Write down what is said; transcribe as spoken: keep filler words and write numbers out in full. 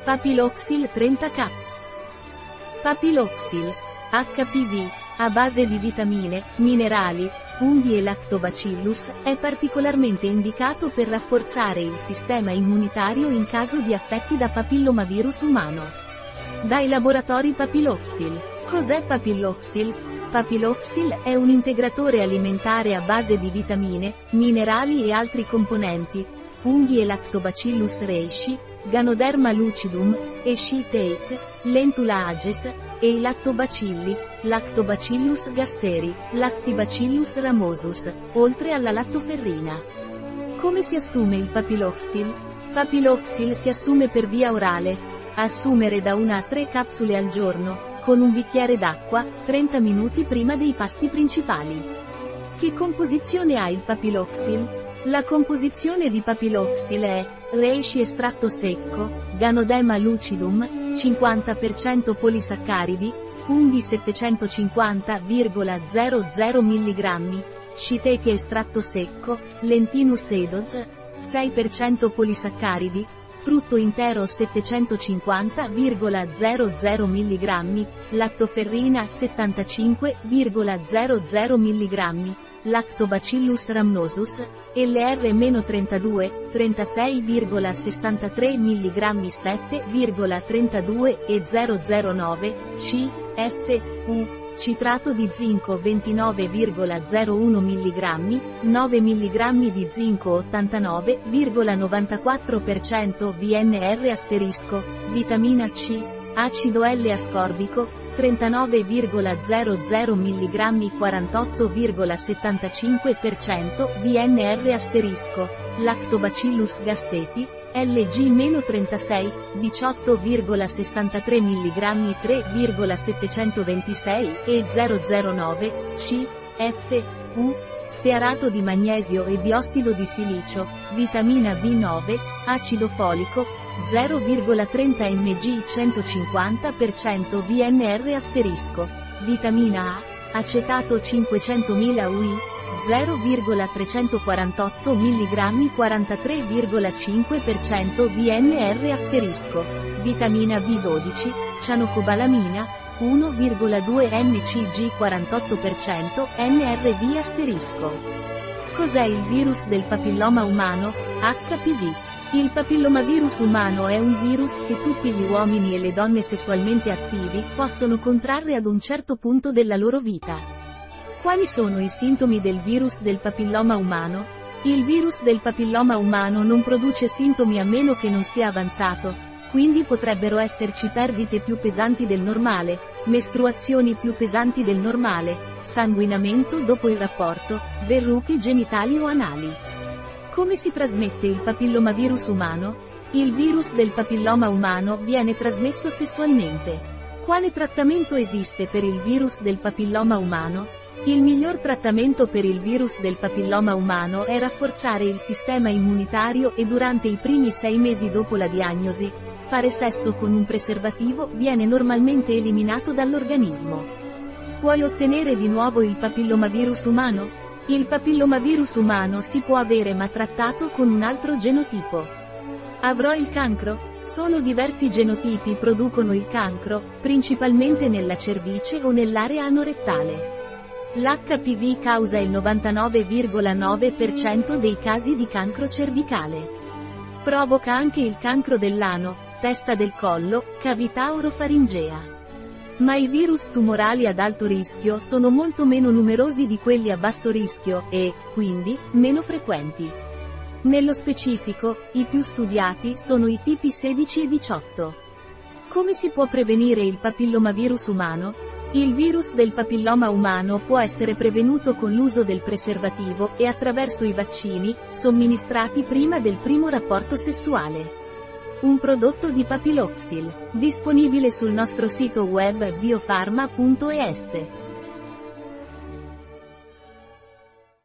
Papiloxil trenta caps. Papiloxil, H P V, a base di vitamine, minerali, funghi e lactobacillus, è particolarmente indicato per rafforzare il sistema immunitario in caso di affetti da papillomavirus umano. Dai laboratori Papiloxil. Cos'è Papiloxil? Papiloxil è un integratore alimentare a base di vitamine, minerali e altri componenti, funghi e Lactobacillus reishi, Ganoderma lucidum, e Shiitake, Lentula ages, e i lattobacilli, Lactobacillus gasseri, Lactibacillus ramosus, oltre alla lattoferrina. Come si assume il Papiloxil? Papiloxil si assume per via orale. Assumere da una a tre capsule al giorno, con un bicchiere d'acqua, trenta minuti prima dei pasti principali. Che composizione ha il Papiloxil? La composizione di Papiloxil è reishi estratto secco, Ganoderma lucidum, cinquanta per cento polisaccaridi, funghi settecentocinquanta virgola zero zero milligrammi, Shiitake estratto secco, Lentinus edoz, sei per cento polisaccaridi, frutto intero settecentocinquanta virgola zero zero milligrammi, lattoferrina settantacinque virgola zero zero milligrammi, Lactobacillus rhamnosus, L R trentadue, trentasei virgola sessantatré milligrammi sette virgola trentadue e zero zero nove, C, F, U, citrato di zinco ventinove virgola zero uno milligrammi, nove milligrammi di zinco ottantanove virgola novantaquattro per cento V N R asterisco, vitamina C, acido L-ascorbico, trentanove virgola zero zero milligrammi quarantotto virgola settantacinque per cento V N R asterisco, Lactobacillus gasseti, L G trentasei, diciotto virgola sessantatré milligrammi tre virgola settecentoventisei e zero zero nove, C, F, U, stearato di magnesio e biossido di silicio, vitamina B nove, acido folico, zero virgola trenta milligrammi centocinquanta per cento V N R asterisco, vitamina A, acetato cinquecentomila U I, zero virgola trecentoquarantotto milligrammi quarantatré virgola cinque per cento V N R asterisco, vitamina B dodici, cianocobalamina, uno virgola due milligrammi quarantotto per cento N R V asterisco. Cos'è il virus del papilloma umano? H P V. Il papillomavirus umano è un virus che tutti gli uomini e le donne sessualmente attivi possono contrarre ad un certo punto della loro vita. Quali sono i sintomi del virus del papilloma umano? Il virus del papilloma umano non produce sintomi a meno che non sia avanzato, quindi potrebbero esserci perdite più pesanti del normale, mestruazioni più pesanti del normale, sanguinamento dopo il rapporto, verruche genitali o anali. Come si trasmette il papillomavirus umano? Il virus del papilloma umano viene trasmesso sessualmente. Quale trattamento esiste per il virus del papilloma umano? Il miglior trattamento per il virus del papilloma umano è rafforzare il sistema immunitario e durante i primi sei mesi dopo la diagnosi, fare sesso con un preservativo viene normalmente eliminato dall'organismo. Puoi ottenere di nuovo il papillomavirus umano? Il papillomavirus umano si può avere ma trattato con un altro genotipo. Avrò il cancro? Solo diversi genotipi producono il cancro, principalmente nella cervice o nell'area anorettale. L'H P V causa il novantanove virgola nove per cento dei casi di cancro cervicale. Provoca anche il cancro dell'ano, testa del collo, cavità orofaringea. Ma i virus tumorali ad alto rischio sono molto meno numerosi di quelli a basso rischio e, quindi, meno frequenti. Nello specifico, i più studiati sono i tipi sedici e diciotto. Come si può prevenire il papillomavirus umano? Il virus del papilloma umano può essere prevenuto con l'uso del preservativo e attraverso i vaccini, somministrati prima del primo rapporto sessuale. Un prodotto di Papiloxil, disponibile sul nostro sito web biofarma punto es.